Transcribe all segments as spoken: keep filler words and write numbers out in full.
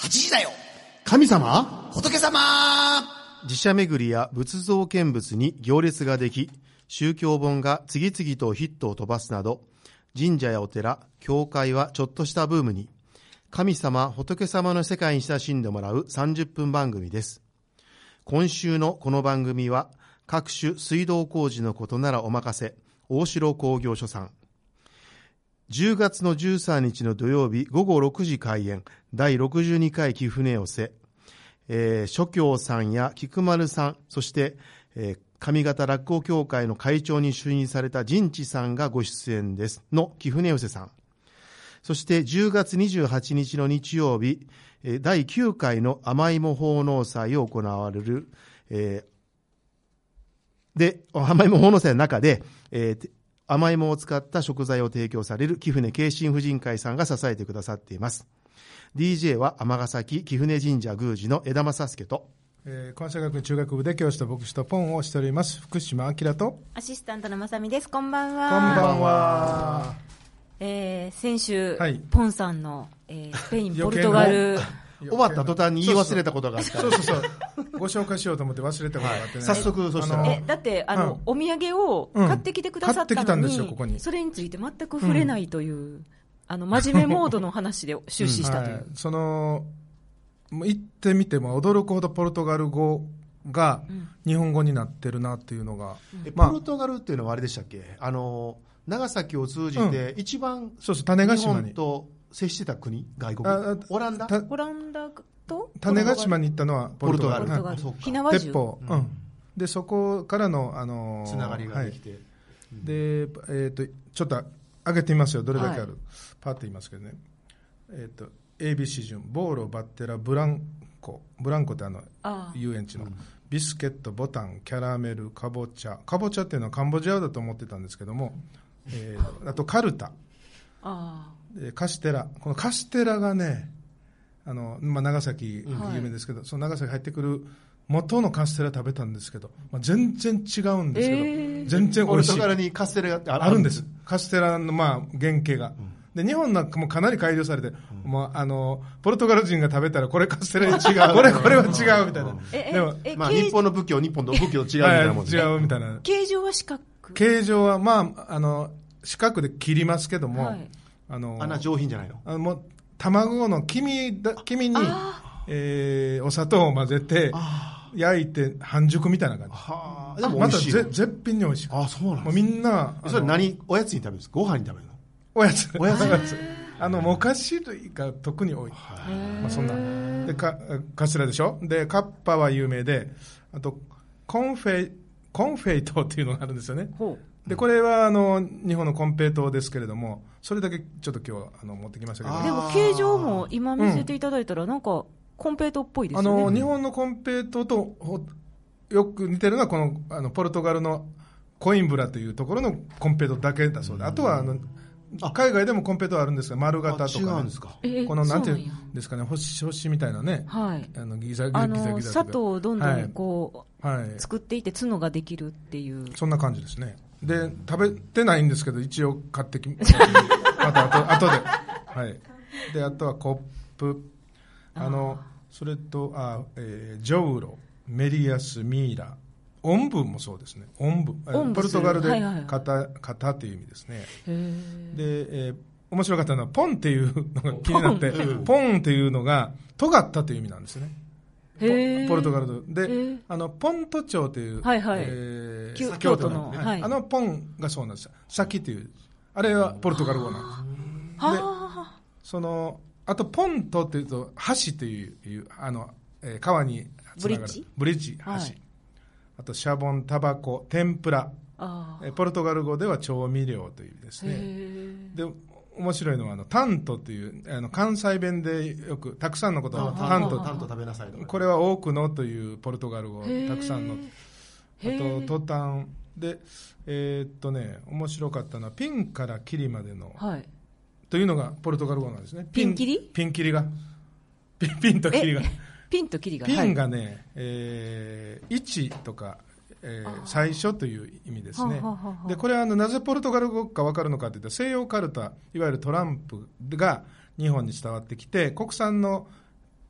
はちじだよ。 神様、 仏様。 寺社巡りや仏像見物に行列ができ、宗教本が次々とヒットを飛ばすなど、神社やお寺、教会はちょっとしたブームに、神様、仏様の世界に親しんでもらうさんじゅっぷん番組です。今週のこの番組は、各種水道工事のことならお任せ、大城工業所さん。じゅうがつのじゅうさんにちの土曜日ごごろくじ開演、だいろくじゅうにかい貴船寄せ、えー、諸教さんや菊丸さん、そして、えー、上方落語協会の会長に就任された神智さんがご出演ですの貴船寄せさん。そしてじゅうがつにじゅうはちにちの日曜日、だいきゅうかいの甘芋奉納祭を行われる、えー、で、甘芋奉納祭の中で、えー、甘芋を使った食材を提供される貴船慶心婦人会さんが支えてくださっています。ディージェー は尼崎貴船神社宮司の枝正介と、 えー、関西学院中学部で教師と牧師とポンをしております福島明とアシスタントのまさみです。こんばんは。 こんばんは。 えー、先週、 はい、 ポンさんの、えー、スペインポルトガル終わった途端に言い忘れたことがあった。 そうそうそうご紹介しようと思って忘れたことがあってね、 早速そしたらえだってあの、うん、お土産を買ってきてくださったのに、うん、買ってきたんですよここに。それについて全く触れないという、うん、あの真面目モードの話で終始したという、 うんはい、その行ってみても驚くほどポルトガル語が日本語になってるなっていうのが、 うんまあ、ポルトガルっていうのはあれでしたっけ、あの長崎を通じて一番、うん、 そうそう種子島に日本と接してた国、外国、オランダオランダと種子島に行ったのはポルトガル、 火縄銃、 鉄砲、うんうん、でそこからの、あのー、 つながりができて、はいうん、で、えー、とちょっと上げてみますよ、どれだけある、はい、パッと言いますけどね、えー、と エービーシー 順、ボーロ、バッテラ、ブランコ、ブランコってあのあ遊園地の、うん、ビスケット、ボタン、キャラメル、カボチャ、カボチャっていうのはカンボジアだと思ってたんですけども、えー、あとカルタ、あカステラ、このカステラがね、あのまあ、長崎有名ですけど、はい、その長崎入ってくる元のカステラ食べたんですけど、まあ、全然違うんですけど、えー、全然美味しい。ポルトガルにカステラがあるんです。カステラのまあ原型が、うん、で日本なんかもかなり改良されて、うん、もうあのポルトガル人が食べたらこれカステラに違うこれこれは違うみたいな、 えでも、まあ、日本の仏教日本の仏教違うみたいなもんですね、 違うみたいな。 形状は四角、 形状はまああの四角で切りますけども、はい、あのあんな上品じゃないの、 あのもう卵の黄身だ黄身に、えー、お砂糖を混ぜて焼いて半熟みたいな感じ。はあ、でもまたぜ絶品に美味しい。 あ、そうなんです。 もうみんなそれ何おやつに食べるんですか、ご飯に食べるの？ おやつおやつあのお菓子類が特に多い。まあ、そんなでかカステラでしょ。でカッパは有名で、あとコンフェイコンフェイトっていうのがあるんですよね。ほうでこれはあの日本のコンペイトーですけれども、それだけちょっと今日あの持ってきましたけど、 でも形状も今見せていただいたら、うん、なんかコンペイトーっぽいですよね。 あの日本のコンペイトーとよく似てるのはこの、あのポルトガルのコインブラというところのコンペイトーだけだそうで、あとはあの海外でもコンペイトーあるんですが、丸型とか、ね、 違うんですか、 このなんていうんですかね、星星みたいなね、はい、あのギザギザギザギザ砂糖をどんどんこう、はい、作っていって角ができるっていう、 そんな感じですね。で食べてないんですけど一応買ってきまた後後で、はい、であとはコップ、あのそれとあ、えー、ジョウロ、メリアス、ミイラ、おんぶもそうですね。おんぶ、ポルトガルで型、はいはい、型という意味ですね。で、えー、面白かったのはポンっていうのが気になってポン、ポンっていうのが尖ったという意味なんですね。ポ, ポルトガルで、あのポント町という、はいはい、えー、 京都の、 はい、あのポンがそうなんですよ。先というあれはポルトガル語なんです。で、そのあとポントというと橋という、あの、えー、川につながるブリッジ、橋、はい、あとシャボン、タバコ、天ぷら、えー、ポルトガル語では調味料という意味ですね。で面白いのはあのタントというあの関西弁でよくたくさんのことをタント、 タント食べなさいとか、 これは多くのというポルトガル語、たくさんの、あとトタンで、えー、っとね面白かったのはピンからキリまでの、はい、というのがポルトガル語なんですね。 ピンキリピンキリがピン、ピンとキリがピンとキリがピンがね、はい、えー、いちとかえー、最初という意味ですね。ははははでこれはあのなぜポルトガル語か分かるのかというと、西洋カルタ、いわゆるトランプが日本に伝わってきて、国産の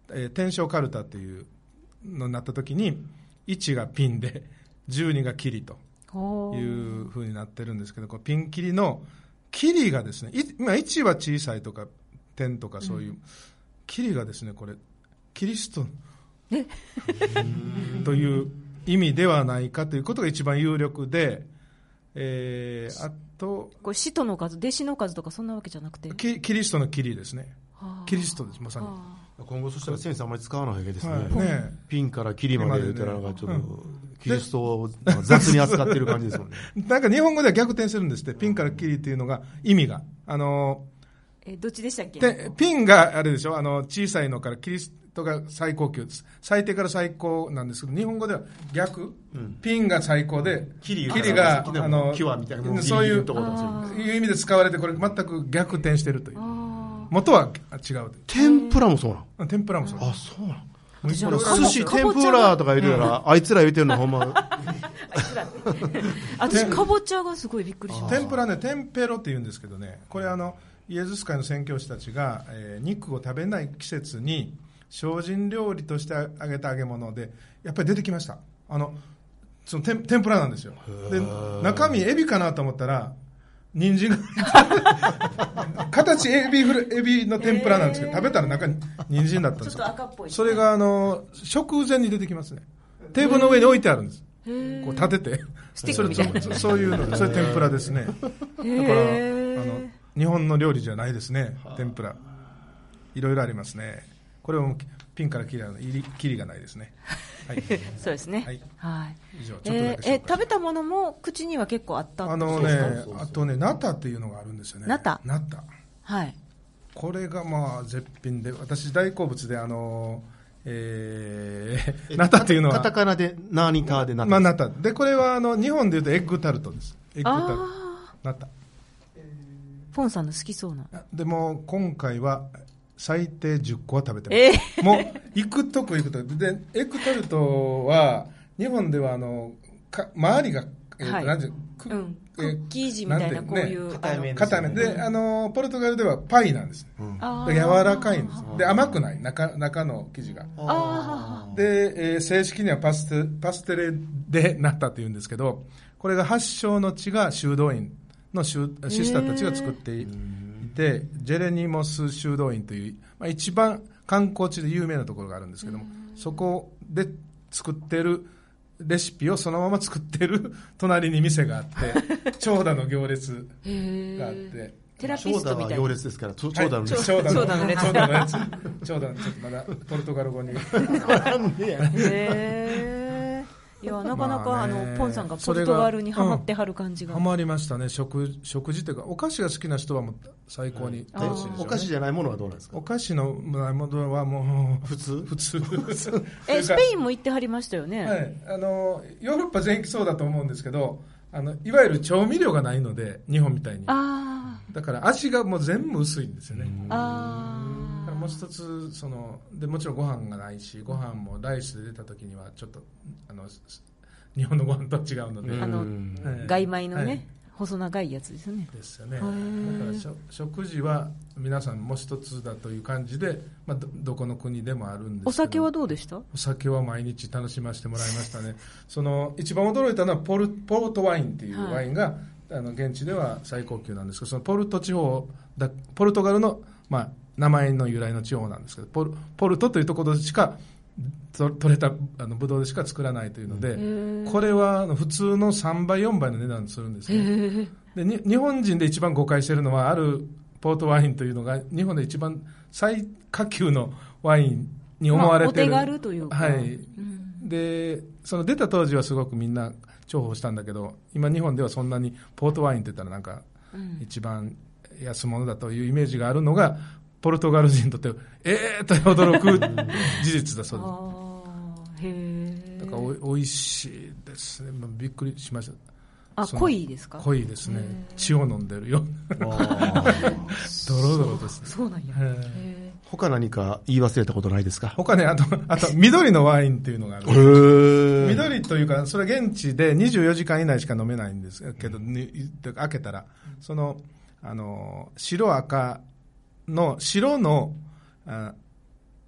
えー、天正カルタっていうのになった時にいちがピンでじゅうにがキリというふうになってるんですけど、こうピンキリのキリがですね、まあ、いちは小さいとか点とかそういう、うん、キリがですね、これキリストという意味ではないかということが一番有力で、えー、あとこれ使徒の数、弟子の数とかそんなわけじゃなくて、 キ, キリストのキリですね。キリストです、まさに。 今後そしたら先生あんまり使わないわけですね、 はいね、 ピンからキリまで言うたらなんかちょっと、うん、キリストを雑に扱ってる感じですもんね。 なんか日本語では逆転するんですって、ピンからキリっていうのが意味があのえどっちでしたっけ。 でピンがあれでしょ、あの小さいのからキリストが最高級です、最低から最高なんですけど、日本語では逆、うん、ピンが最高でキリがあのキワみたいな、 そういういう意味で使われて、これ全く逆転してるという、元は違う。 天ぷらもそうなの。天ぷらもそう。 あ、そうなの。寿司天ぷらとか言うてたら、うん、あいつら言うてるのほんま。 あいつらって。私かぼちゃがすごいびっくりしました。 天ぷらね、テンペロって言うんですけどね、これあのイエズス会の宣教師たちが、えー、肉を食べない季節に精進料理として揚げた揚げ物でやっぱり出てきました。あのその天天ぷらなんですよ。で中身エビかなと思ったら人参が形エビフルエビの天ぷらなんですけど、食べたら中に人参だったんですよ。 ちょっと赤っぽい。 それがあの食前に出てきますね。テーブルの上に置いてあるんです。こう立ててスティックみたいな、 そ, そういうの、それ天ぷらですね。だからあの日本の料理じゃないですね、天ぷら。いろいろありますね。これもピンからキリがキリがないですね。はい、 そうですね。 はい。 はい、 以上ちょっとだけ紹介します。 えー、食べたものも口には結構あったんですか。 あのね、あとね、ナタっていうのがあるんですよね。 ナタ。 ナタ。 はい。 これがまあ絶品で、私大好物で、あのえー、ナタっていうのはカタカナで何タでナタ。 まあナタで、これはあの日本でいうとエッグタルトです。エッグタルト。ナタ。 ポンさんの好きそうな。 でも今回は最低じゅっこは食べてます、えー、もう行くとこ行くとこで、エッグタルトは日本ではあのか周りが、えーはい、なんていうク、 うん、クッキー地みたいな、こういう硬い麺ですね。で、あのポルトガルではパイなんです、うん、柔らかいんです。で甘くない、中中の生地が。 あで、えー、正式にはパステパステレでなったというんですけど、これが発祥の地が修道院のシスターたちが作っていて、ジェレニモス修道院という、まあ、一番観光地で有名なところがあるんですけども、そこで作ってるレシピをそのまま作ってる隣に店があって長蛇の行列があって、 テラピストみたいな。 長蛇は行列ですから、長蛇の列。 長蛇の列。長蛇の列。長蛇のちょっとまだポルトガル語に。 へー。いやなかなか、まあ、あのポンさんがポルトガルにハマってはる感じが、 うん、ハマりましたね。 食, 食事というかお菓子が好きな人はもう最高に楽しいでしょうね。 お菓子じゃないものはどうなんですか。 お菓子のものはもう普通普通えスペインも行ってはりましたよね。 はい、あのヨーロッパ全域そうだと思うんですけど、あのいわゆる調味料がないので日本みたいに。 あだから味がもう全部薄いんですよね。 あもう一つそのでもちろんご飯がないし、ご飯もライスで出た時にはちょっとあの日本のご飯とは違うので、 あの、はい、外米のね、はい、細長いやつですよね。 ですよね。だから食事は皆さんもう一つだという感じで、まあ、ど, どこの国でもあるんですけど。 お酒はどうでした？ お酒は毎日楽しませてもらいましたね。その一番驚いたのはポルポートワインっていうワインが、はい、あの現地では最高級なんですけど、そのポルト地方だポルトガルの、まあ、名前の由来の地方なんですけど、ポ ル, ポルトというところでしか取れたあのブドウでしか作らないというので、これはあの普通のさんばいよんばいの値段するんですね。でに日本人で一番誤解しているのは、あるポートワインというのが日本で一番最下級のワインに思われている、 まあ、お手軽というか、 はい、うん、でその出た当時はすごくみんな重宝したんだけど、今日本ではそんなにポートワインって言ったらなんか一番安物だというイメージがあるのが、ポルトガル人にとってえーと驚く事実だそうです。 あへだからお, おいしいですね。びっくりしました。 あ、濃いですか？ 濃いですね。血を飲んでるよ。ドロドロですね。 そうなんや。へ他何か言い忘れたことないですか？ 他ね、あと、あと緑のワインっていうのがある。へ緑というか、それは現地でにじゅうよじかん以内しか飲めないんですけど、開けたら、その、あの、白赤の、白の、あ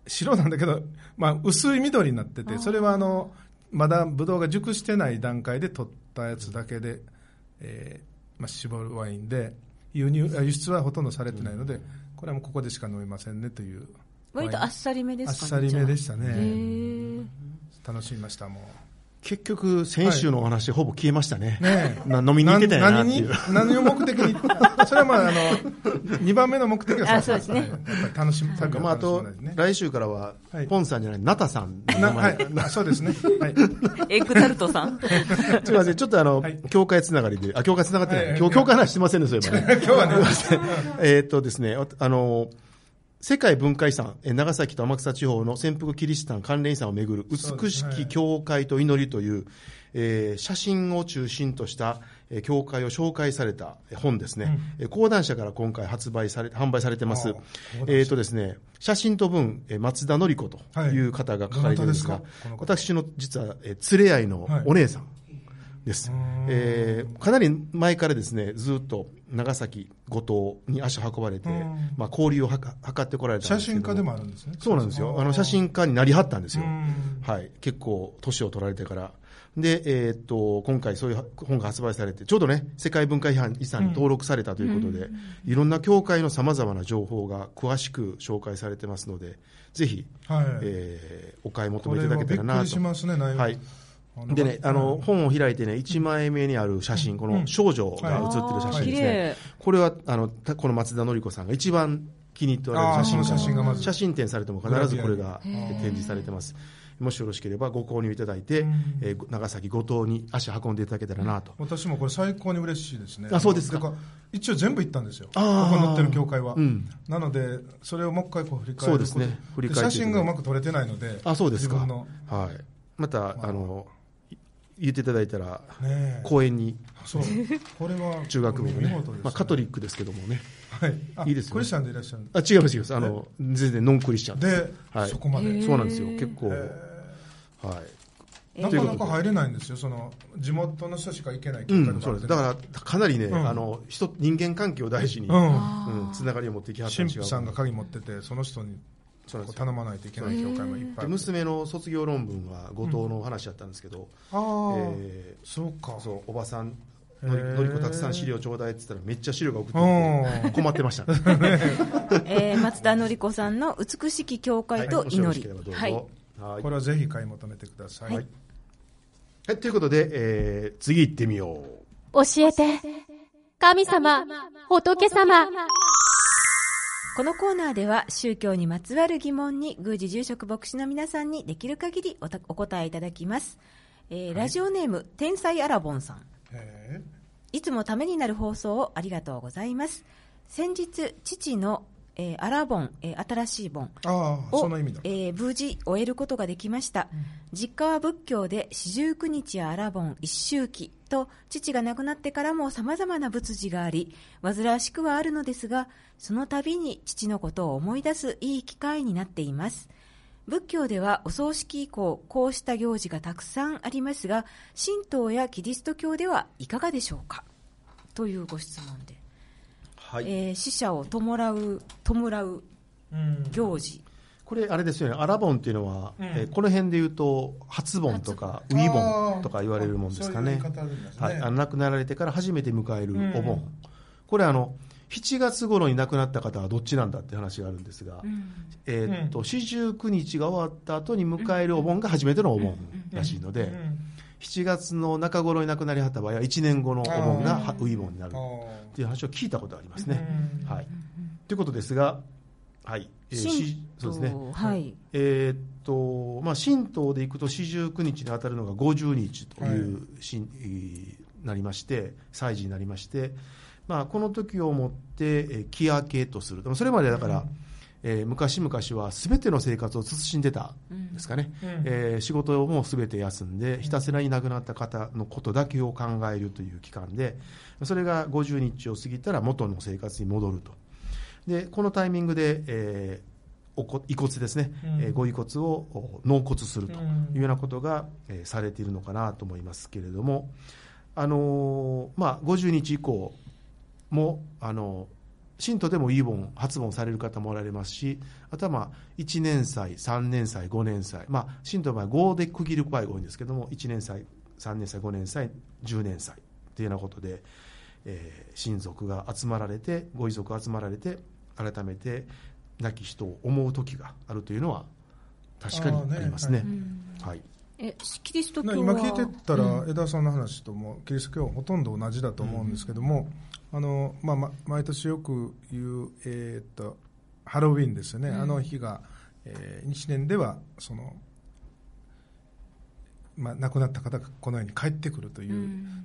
白なんだけど、まあ、薄い緑になってて、それはあのまだブドウが熟してない段階で取ったやつだけで、えーまあ、絞るワインで輸入輸出はほとんどされてないので、これはもうここでしか飲めませんねという。 割とあっさりめですかね。 あっさりめでしたね。 へ楽しみました。もう結局先週のお話、はい、ほぼ消えましたね。 ねな飲みに行ってたよなっていう。 何に何を目的にそれはまああのにばんめの目的はそうですね。 やっぱり楽しみ。 なんかまああと来週からはポンさんじゃないナタさんの名前、 はい、そうですね。はい、 エッグタルトさん。 すみません、ちょっとあの、はい、教会つながりで、あ教会つながってない。はい、今日教会の話してませんね、そういえばね。 今日はね。 えっとですね、あの。世界文化遺産、長崎と天草地方の潜伏キリシタン関連遺産をめぐる美しき教会と祈りという、えー、写真を中心とした教会を紹介された本ですね。うん、講談社から今回発売され、販売されてます。えっとですね、写真と文、松田典子という方が書かれているんですが、はい、です私の実は連れ合いのお姉さん。はいです、えー、かなり前からですねずっと長崎五島に足運ばれて、まあ、交流をはか図ってこられたんですけど、 写真家でもあるんですね。 そうなんですよ。あの写真家になりはったんですよ。はい、結構年を取られてからで、えー、っと今回そういう本が発売されてちょうどね世界文化遺産に登録されたということで、うん、いろんな教会のさまざまな情報が詳しく紹介されてますのでぜひ、はいえー、お買い求めいただけたらなと。 びっくりしますね、内容。 はいでね、あの本を開いてねいちまいめにある写真、この少女が写ってる写真ですね。これはあのこの松田典子さんが一番気に入っておられる写真写真がまず写真展されても必ずこれが展示されてます。もしよろしければご購入いただいて、えー、長崎五島に足運んでいただけたらなと。 私もこれ最高に嬉しいですね。 あ、そうですか。 一応全部行ったんですよ。ここに載ってる教会は、うん、なのでそれをもう一回こう振り返る。 そうですね。振り返って写真がうまく撮れてないので。 あ、そうですか。 自分のはい。また、まあ、あの言っていただいたら公園に、 そうこれは中学部のね、まあ、カトリックですけどもね、 はい、いいですよね。クリスチャンでいらっしゃる。 あ、違います違います。あの全然ノンクリスチャンで、 はい、 そこまでそうなんですよ。結構、はい 、なかなか入れないんですよ。その地元の人しか行けない教会とか、 うん、そうです。だからかなりね、うん、あの人人間関係を大事に、うんうん、つながりを持ってきはったんですよ。 神父さんが鍵持っててその人に頼まないといけない教会もいっぱいある。 娘の卒業論文は後藤の話だったんですけど、 うん、あえー、そうか。 そうおばさんのりこたくさん資料ちょうだいって言ったらめっちゃ資料が送ってきて困ってました、ねえー、松田典子さんの美しき教会と祈り、 はいはいはい、これはぜひ買い求めてください、はいはい、ということで、えー、次行ってみよう。 教えて神様仏様。 このコーナーでは宗教にまつわる疑問に宮司住職牧師の皆さんにできる限り お, お答えいただきます、えーはい、ラジオネーム天才アラボンさん、いつもためになる放送をありがとうございます。先日父の、えー、アラボン、えー、新しい盆を、えー、無事終えることができました、うん、実家は仏教で四十九日やアラボン一周忌と父が亡くなってからも様々な仏事があり煩わしくはあるのですがその度に父のことを思い出すいい機会になっています。仏教ではお葬式以降こうした行事がたくさんありますが神道やキリスト教ではいかがでしょうかというご質問で、はいえー、死者を弔う、弔う行事、 これあれですよね。アラボンっていうのは、うんえー、この辺でいうと初盆とかウィ盆とか言われるもんですかね。はい、あの亡くなられてから初めて迎えるお盆、うん、これあのしちがつ頃に亡くなった方はどっちなんだって話があるんですが、うんえー、っと四十九日が終わった後に迎えるお盆が初めてのお盆らしいので、しちがつの中頃に亡くなりはった場合はいちねんごのお盆がウィ盆になるっていう話を聞いたことがありますね。はい、ということですが、はいえー、しそうですね、はいえーっとまあ、神道でいくと四十九日に当たるのが五十日という、はい、なりまして祭事になりまして、まあ、この時をもって、えー、木明けとする。それまでだから、うんえー、昔々は全ての生活を慎んでたんですかね、うんえー、仕事も全て休んでひたすらに亡くなった方のことだけを考えるという期間で、それがごじゅうにちを過ぎたら元の生活に戻ると。でこのタイミングで、えー、おこ遺骨ですね、うんえー、ご遺骨を納骨するというようなことが、えー、されているのかなと思いますけれども、あのーまあ、ごじゅうにち以降も、あの信徒でもいい盆初盆される方もおられますし、あとはまあいちねん祭、さんねん祭、ごねん祭、まあ、信徒の場合ごで区切る場合が多いんですけども、いちねん祭、さんねん祭、ごねん祭、じゅうねん祭というようなことで、えー、親族が集まられて、ご遺族が集まられて、改めて亡き人を思う時があるというのは確かにありますね。はい、 えキリスト教は今聞いてたら、うん、江田さんの話ともキリスト教はほとんど同じだと思うんですけども、うん、あのまあ、毎年よく言う、えー、っとハロウィンですよね、うん、あの日が、えー、いちねんではその、まあ、亡くなった方がこの世に帰ってくるという、うん、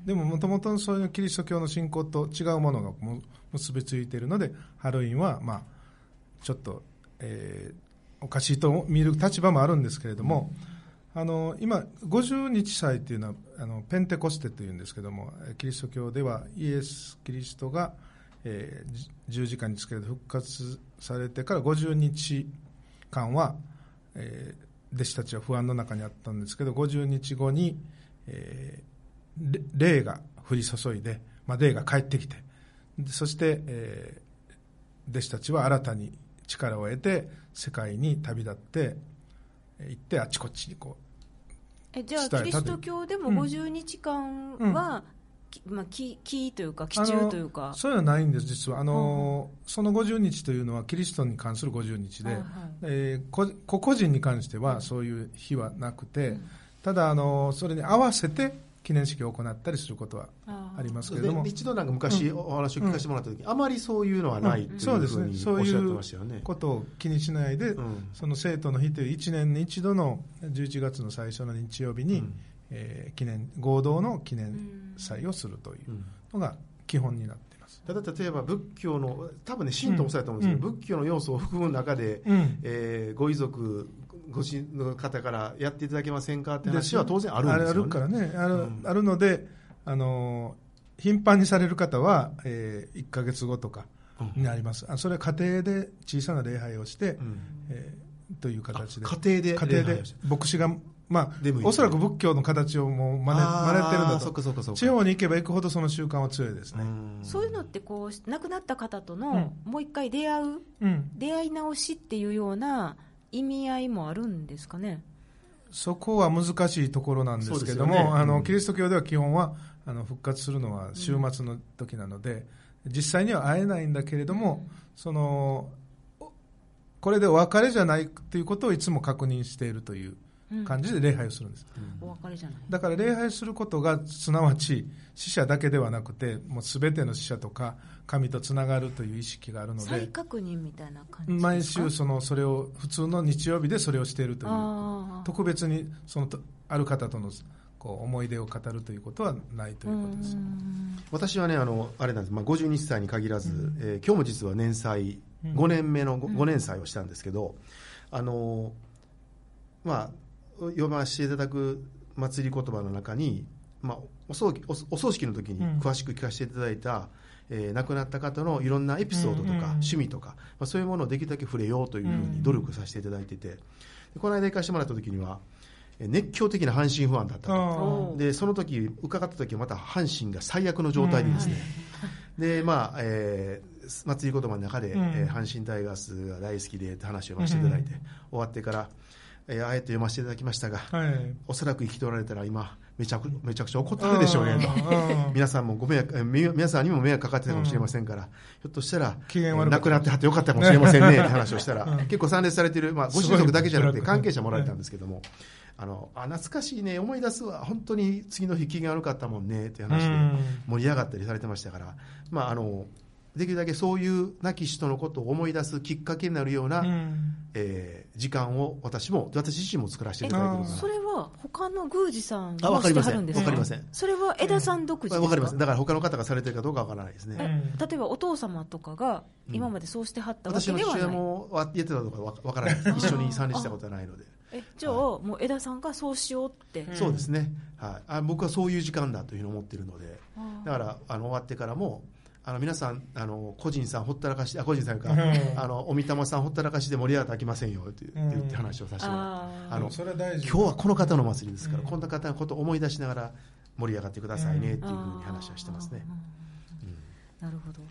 でももともとそういうキリスト教の信仰と違うものが結びついているので、ハロウィンは、まあ、ちょっと、えー、おかしいと見る立場もあるんですけれども、うん、あの今ごじゅうにち祭というのはあのペンテコステというんですけども、キリスト教ではイエス・キリストが、えー、十字架につけて復活されてからごじゅうにちかんは、えー、弟子たちは不安の中にあったんですけど、ごじゅうにちごに、えー、霊が降り注いで、まあ、霊が帰ってきて、そして、えー、弟子たちは新たに力を得て世界に旅立って行ってあちこちにこうえじゃあキリスト教でもごじゅうにちかんは、うんまあ、ききというか期中というかそういうのはないんです。実はあの、うん、そのごじゅうにちというのはキリストに関するごじゅうにちで、はいはいえー、個, 個々人に関してはそういう日はなくて、うん、ただあのそれに合わせて記念式を行ったりすることはありますけれども、 一度なんか昔お話を聞かせてもらった時に、うん、あまりそういうのはないというふうにおっしゃってましたよね。 そういうことを気にしないで、うん、その生徒の日といういちねんに一度のじゅういちがつの最初の日曜日に、うんえー、記念合同の記念祭をするというのが基本になっています。 ただ例えば仏教の多分ね神道もそうだと思うんですけど、うん、仏教の要素を含む中で、うんえー、ご遺族ご親の方からやっていただけませんかって話は当然あるんですよね。 あるからねある、うん、あるのであの頻繁にされる方は、えー、いっかげつごとかになります、うん、それは家庭で小さな礼拝をして、うんえー、という形で家庭で家庭で牧師がまあ、おそらく仏教の形をもう真似、真似てるんだと。 そっかそっかそっか。 地方に行けば行くほどその習慣は強いですね。 そういうのってこう亡くなった方との、うん、もう一回出会う、うん、出会い直しっていうような意味合いもあるんですかね。 そこは難しいところなんですけども、ねあのキリスト教では基本はあの復活するのは週末の時なので、うん、実際には会えないんだけれども、うん、そのこれでお別れじゃないということをいつも確認しているという感じで礼拝をするんです、 うん、お別れじゃない。 だから礼拝することがすなわち死者だけではなくてもう全ての死者とか神とつながるという意識があるので再確認みたいな感じですか。 毎週そのそれを普通の日曜日でそれをしているという特別にそのある方とのこう思い出を語るということはないということです。 私はねあのあれなんです、まあ、ごじゅうにさいに限らず、うんえー、今日も実は年祭ごねんめの ご,、うん、ごねん祭をしたんですけど、あのまあ読ませていただく祭り言葉の中に、まあ、お葬おお葬式の時に詳しく聞かせていただいた、うんえー、亡くなった方のいろんなエピソードとか、うんうんうん、趣味とか、まあ、そういうものをできるだけ触れようというふうに努力させていただいていて、でこの間行かせてもらった時には熱狂的な阪神ファンだったと。でその時伺った時はまた阪神が最悪の状態でですね、うん、でまあ、えー、祭り言葉の中で、うんえー、阪神タイガースが大好きでって話をさせていただいて、うん、終わってからえー、あえて読ませていただきましたが、はい、おそらく生きておられたら今めちゃく、めちゃくちゃ怒ってるでしょうねと皆さんもご迷惑皆さんにも迷惑かかってたかもしれませんから、ひょっとしたら亡くなってはってよかったかもしれませんねって話をしたら結構参列されている、まあ、ご親族だけじゃなくて関係者もおられたんですけども、あのあ懐かしいね思い出すわ本当に次の日機嫌悪かったもんねっていう話で盛り上がったりされてましたから、まああのできるだけそういう亡き人のことを思い出すきっかけになるような、うんえー、時間を私も私自身も作らせていただいているから。 それは他の宮司さんがしてはるんですか。 わかりません。 それは江田さん独自ですか。 わかりません。だから他の方がされているかどうかわからないですね。 例えばお父様とかが今までそうしてはったわけではない、うん、私の父親もやってたとかわからないです。一緒に参列したことはないので。 えじゃあ、はい、もう江田さんがそうしようって、 そうですね、はい、あ僕はそういう時間だというふうに思っているので、だからあの終わってからもあの皆さんあの個人さんほったらかしあ個人さんか、うん、あのおみたまさんほったらかしで盛り上がってはいけませんよって言って話をさせてもらって、うん、あのそれ大事今日はこの方の祭りですから、うん、こんな方のことを思い出しながら盛り上がってくださいねっていうふうに話をしてますね、 うんうん、なるほど。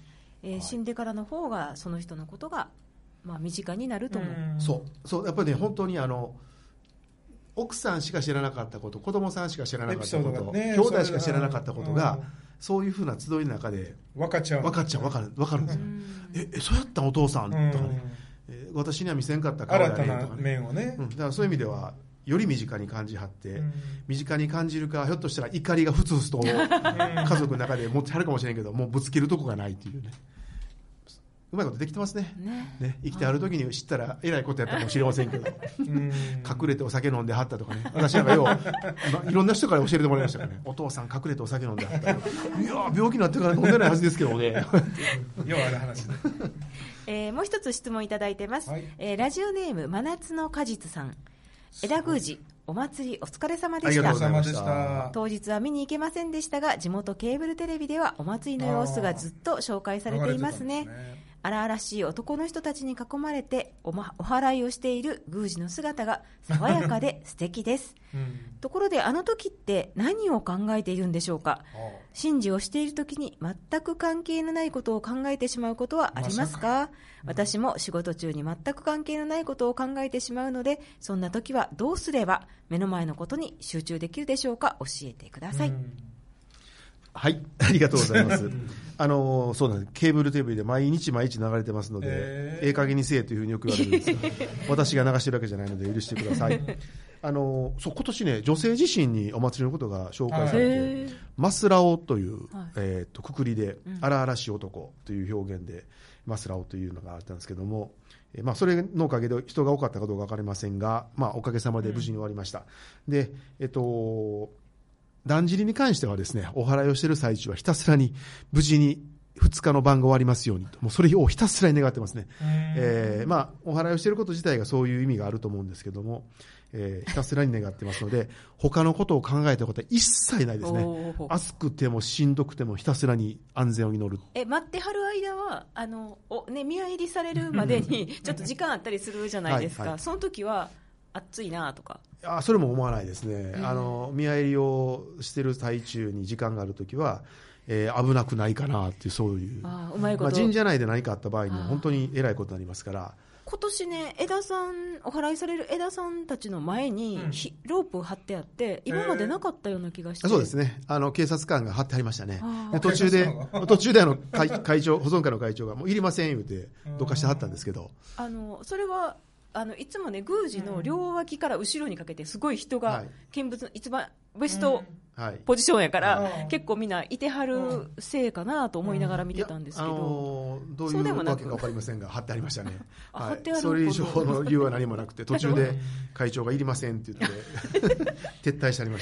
えーはい、死んでからの方がその人のことが、まあ、身近になると思う。 そうそう、やっぱりね、本当にあの奥さんしか知らなかったこと、子供さんしか知らなかったこと、ね、兄弟しか知らなかったことが、そういうふうな集いの中で分かっちゃう分かっちゃう分かる分かるんですよ。ええ、そうやったんお父さんとかね、えー、私には見せんかった顔やねとかね、 新たな面をね、 うん、だからそういう意味ではより身近に感じはって、うん、身近に感じるか、ひょっとしたら怒りがふつふつと家族の中で持ってはるかもしれんけど、もうぶつけるとこがないっていうね、うまいことできてます ね, ね, ね生きてはる時に知ったらえらいことやったかもしれませんけど隠れてお酒飲んではったとかね、私なんかよういろんな人から教えてもらいましたからね、お父さん隠れてお酒飲んではったいや病気になってから飲んでないはずですけどねようある話ねえー、もう一つ質問いただいてます、はい、えー、ラジオネーム真夏の果実さん、枝宮司お祭りお疲れ様でした。 ありがとうございました。 当日は見に行けませんでしたが、地元ケーブルテレビではお祭りの様子がずっと紹介されていますね。荒々しい男の人たちに囲まれて お, ま、お祓いをしている宮司の姿が爽やかで素敵です、うん、ところであの時って何を考えているんでしょうか。神事をしている時に全く関係のないことを考えてしまうことはありますか。まさか、うん、私も仕事中に全く関係のないことを考えてしまうので、そんな時はどうすれば目の前のことに集中できるでしょうか。教えてください、うん、 はい、ありがとうございますあのそうなんです、ケーブルテレビで毎日毎日流れてますので、えー、ええ加減にせえというふうによく言われるんですが私が流してるわけじゃないので許してくださいあのそう今年ね、女性自身にお祭りのことが紹介されて、マスラオという、はい、えー、とくくりで、うん、荒々しい男という表現でマスラオというのがあったんですけども、えーまあ、それのおかげで人が多かったかどうか分かりませんが、まあ、おかげさまで無事に終わりました、うん、で、えっとだんじりに関してはですね、お祓いをしている最中はひたすらに無事にふつかの晩が終わりますようにと、もうそれをひたすらに願ってますね。えー、まあお祓いをしていること自体がそういう意味があると思うんですけども、えー、ひたすらに願ってますので、他のことを考えたことは一切ないですね。暑くてもしんどくてもひたすらに安全を祈る。 え、待ってはる間はあのお、ね、宮入りされるまでにちょっと時間あったりするじゃないですか。はいはい、その時は暑いなとか。 あ、それも思わないですね、うん、あの宮入りをしている最中に時間があるときは、えー、危なくないかなっていう、そういう、 あ、うまいこと、 まあ、神社内で何かあった場合には本当にえらいことになりますから。 今年ね、枝さんお祓いされる枝さんたちの前に、うん、ロープ張ってあって今までなかったような気がして、 えー、そうですね、あの警察官が張ってありましたね。途中で途中であの 会, 会長保存会の会長がもういりません言うてどかしてはったんですけど、 あのそれはあのいつもね、宮司の両脇から後ろにかけてすごい人が見物の一番ベストポジションやから、うんはい、結構みんないてはるせいかなと思いながら見てたんですけど、うん、あのー、どういうわけか分かりませんが貼ってありましたねはい、貼ってある、それ以上の理由は何もなくて途中で会長がいりませんって言って撤退してありま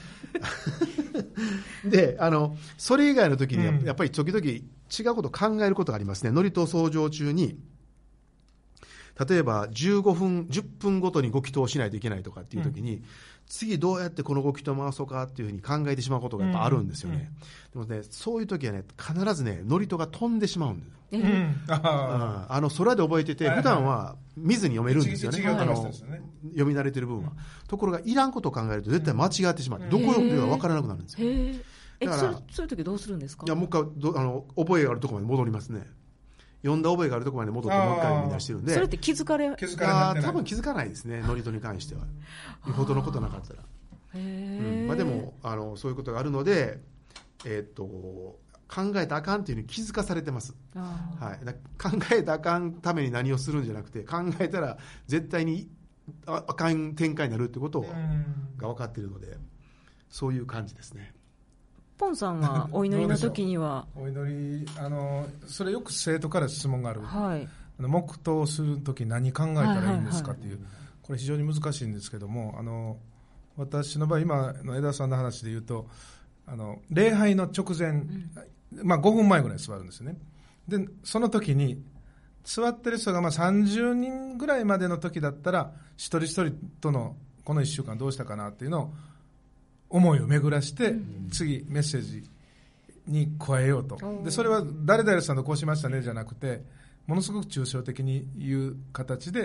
したで、あのそれ以外の時にやっぱり時々違うことを考えることがありますね。祝詞掃除中に例えばじゅうごふんじゅっぷんごとにご祈祷しないといけないとかっていう時に、うん、次どうやってこのご祈祷回そうかっていうふうに考えてしまうことがやっぱあるんですよね、うんうん、でもね、そういう時はね、必ずね、祝詞が飛んでしまうんですよ、うん、あ, あの空で覚えてて普段は見ずに読めるんですよね、あの読み慣れてる部分は、うん、ところがいらんことを考えると絶対間違ってしまって、うん、どこでか分からなくなるんですよ。 だからえ そ, そういう時どうするんですか。 いや、もう一回どあの覚えがあるところまで戻りますね。読んだ覚えがあるところまで戻ってもう一回見出してるんで、 それって気づかれ気づかれ多分気づかないですね、祝詞に関しては。よほどのことなかったら。へー、うんまあ、でもあのそういうことがあるので、えー、っと考えたらあかんっていうふうに気づかされてます、はい、だ考えたらあかんために何をするんじゃなくて、考えたら絶対にあかん展開になるってことが分かっているので、そういう感じですね。 ポンさんはお祈りの時にはお祈り、あのそれよく生徒から質問がある、はい、あの黙祷する時何考えたらいいんですかっていう、はいはいはい、これ非常に難しいんですけども、あの私の場合今の枝さんの話で言うと、あの礼拝の直前、うんまあ、ごふんまえぐらいに座るんですよね。でその時に座ってる人がまあさんじゅうにんぐらいまでの時だったら、一人一人とのこのいっしゅうかんどうしたかなっていうのを思いを巡らして、うん、次メッセージに加えようと。でそれは誰々さんとこうしましたねじゃなくて、ものすごく抽象的に言う形で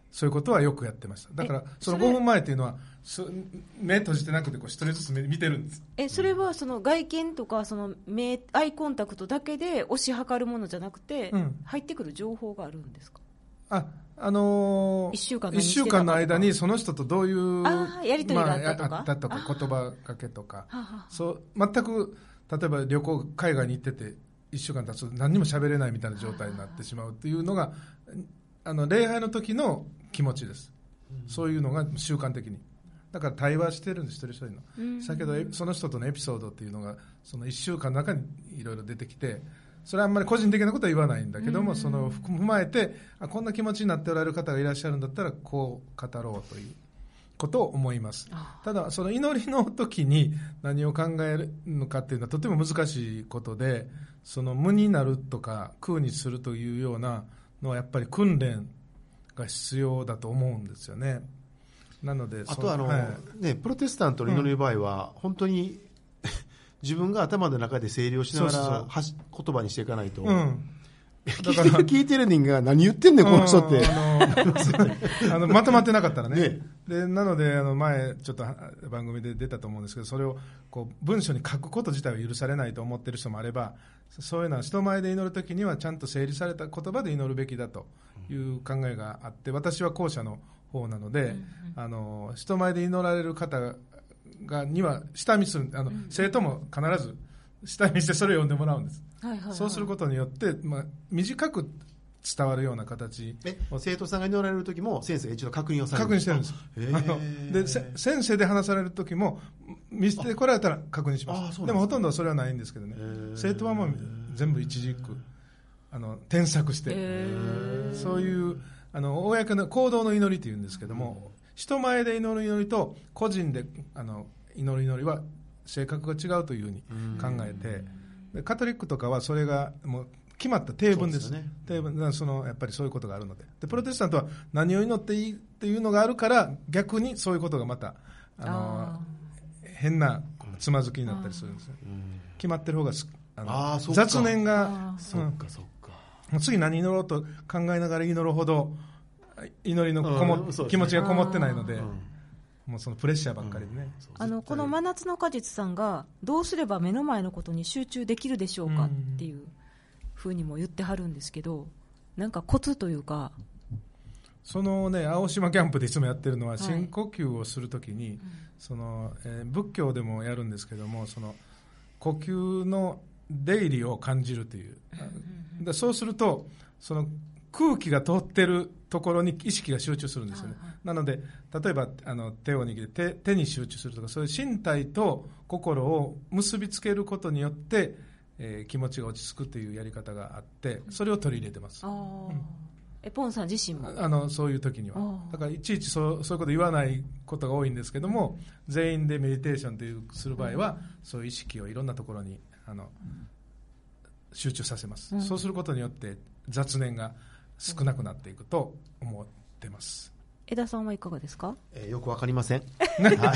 そういうことはよくやってました。だからそのごふんまえっていうのは目閉じてなくてこう一人ずつ見てるんです。 えそれはその外見とかその目アイコンタクトだけで推し量るものじゃなくて、うん、入ってくる情報があるんですか？ ああのー、いっしゅうかんいっしゅうかんの間にその人とどういうあやり取りがあったとか、 まあ、あったとか言葉かけとかそう全く例えば旅行海外に行ってていっしゅうかん経つと何にも喋れないみたいな状態になってしまうっていうのがあの礼拝の時の気持ちです、うん、そういうのが習慣的にだから対話してるんです一人一人の、うん、だけどその人とのエピソードっていうのがそのいっしゅうかんの中にいろいろ出てきてそれはあんまり個人的なことは言わないんだけども、うん、その踏まえてあこんな気持ちになっておられる方がいらっしゃるんだったらこう語ろうということを思います。ただその祈りの時に何を考えるのかっていうのはとても難しいことでその無になるとか空にするというようなのはやっぱり訓練が必要だと思うんですよね。なのであとあの、はいね、プロテスタントの祈りの場合は、うん、本当に自分が頭の中で整理をしながらそうそう言葉にしていかないと、うん、だから聞いてる人間が何言ってんねんこの人って、 あのあのまとまってなかったら ね, ねでなのであの前ちょっと番組で出たと思うんですけどそれをこう文章に書くこと自体は許されないと思ってる人もあればそういうのは人前で祈るときにはちゃんと整理された言葉で祈るべきだという考えがあって私は後者の方なので、うんうん、あの人前で祈られる方がには下見するあの、うん、生徒も必ず下見してそれを読んでもらうんです、はいはいはい、そうすることによって、まあ、短く伝わるような形え生徒さんが祈られる時も先生が一度確認をされる確認してるんですあので先生で話される時も見せてこられたら確認します。でもほとんどはそれはないんですけどね生徒はもう全部一軸あの添削してそういうあの公の行動の祈りというんですけども、うん、人前で祈る祈りと個人であの祈る祈りは性格が違うというふうに考えて、でカトリックとかはそれがもう決まった定文です。そうですね。定文そのやっぱりそういうことがあるので、でプロテスタントは何を祈っていいっていうのがあるから逆にそういうことがまたあのあ変なつまずきになったりするんですね。決まってる方があのあ雑念がそっかそっか、 うん、次何祈ろうと考えながら祈るほど祈りのこも、うんね、気持ちがこもってないので、もうそのプレッシャーばっかりでね、 うん、あのこの真夏の果実さんがどうすれば目の前のことに集中できるでしょうかっていうふうにも言ってはるんですけど、なんかコツというかそのね青島キャンプでいつもやってるのは深呼吸をするときに、はい、そのえー、仏教でもやるんですけどもその呼吸の出入りを感じるという、うん、だそうするとその空気が通ってるところに意識が集中するんですよね、はいはい、なので例えばあの手を握って手、手に集中するとかそういう身体と心を結びつけることによって、えー、気持ちが落ち着くというやり方があってそれを取り入れてます。あ、 うん、えポンさん自身もあのそういう時にはだからいちいちそう、そういうこと言わないことが多いんですけども全員でメディテーションというする場合は、うん、そういう意識をいろんなところにあの、うん、集中させます、うん、そうすることによって雑念が少なくなっていくと思ってます。 江田さんはいかがですか？ えー、よくわかりません、はい、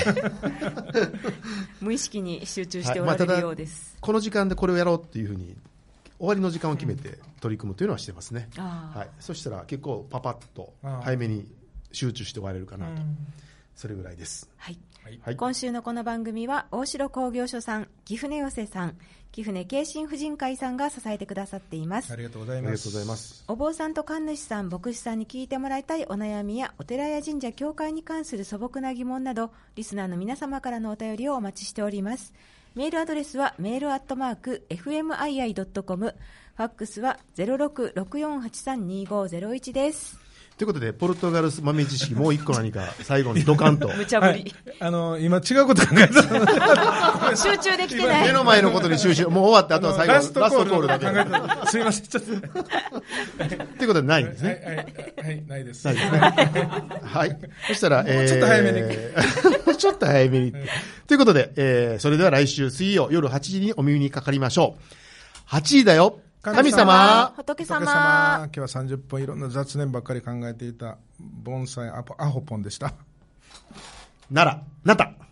無意識に集中しておられるようです、はい、まあ、 この時間でこれをやろうっていうふうに終わりの時間を決めて取り組むというのはしてますね、うん、はい、そしたら結構パパッと早めに集中して終われるかなと、うん、それぐらいです、 はいはい、今週のこの番組は大城工業所さん、貴船寄せさん、貴船慶心婦人会さんが支えてくださっています。 ありがとうございます。 お坊さんと神主さん、牧師さんに聞いてもらいたいお悩みやお寺や神社教会に関する素朴な疑問などリスナーの皆様からのお便りをお待ちしております。メールアドレスはメールアットマーク エフエムアイアイドットコム、ファックスは ゼロろくろくよんはちさんにごゼロいちです。 ということでポルトガル豆知識もう一個何か最後にドカンと無茶ぶり、はい、 あの今違うこと考えた集中できてない、 目の前のことに集中、もう終わってあとは最後ラストコールだけ考えたすいませんちょっとということでないんですね。 はい、はいはい、ないです。 ないですね。はい。そしたら、 もうちょっと早めに、えー、ちょっと早めに、はい、ということで、えー、それでは来週水曜夜はちじにお耳にかかりましょう。はちじだよ。神様、 仏様、 今日はさんじゅっぷんいろんな雑念ばっかり考えていた盆栽アホポンでした。 なら、なった。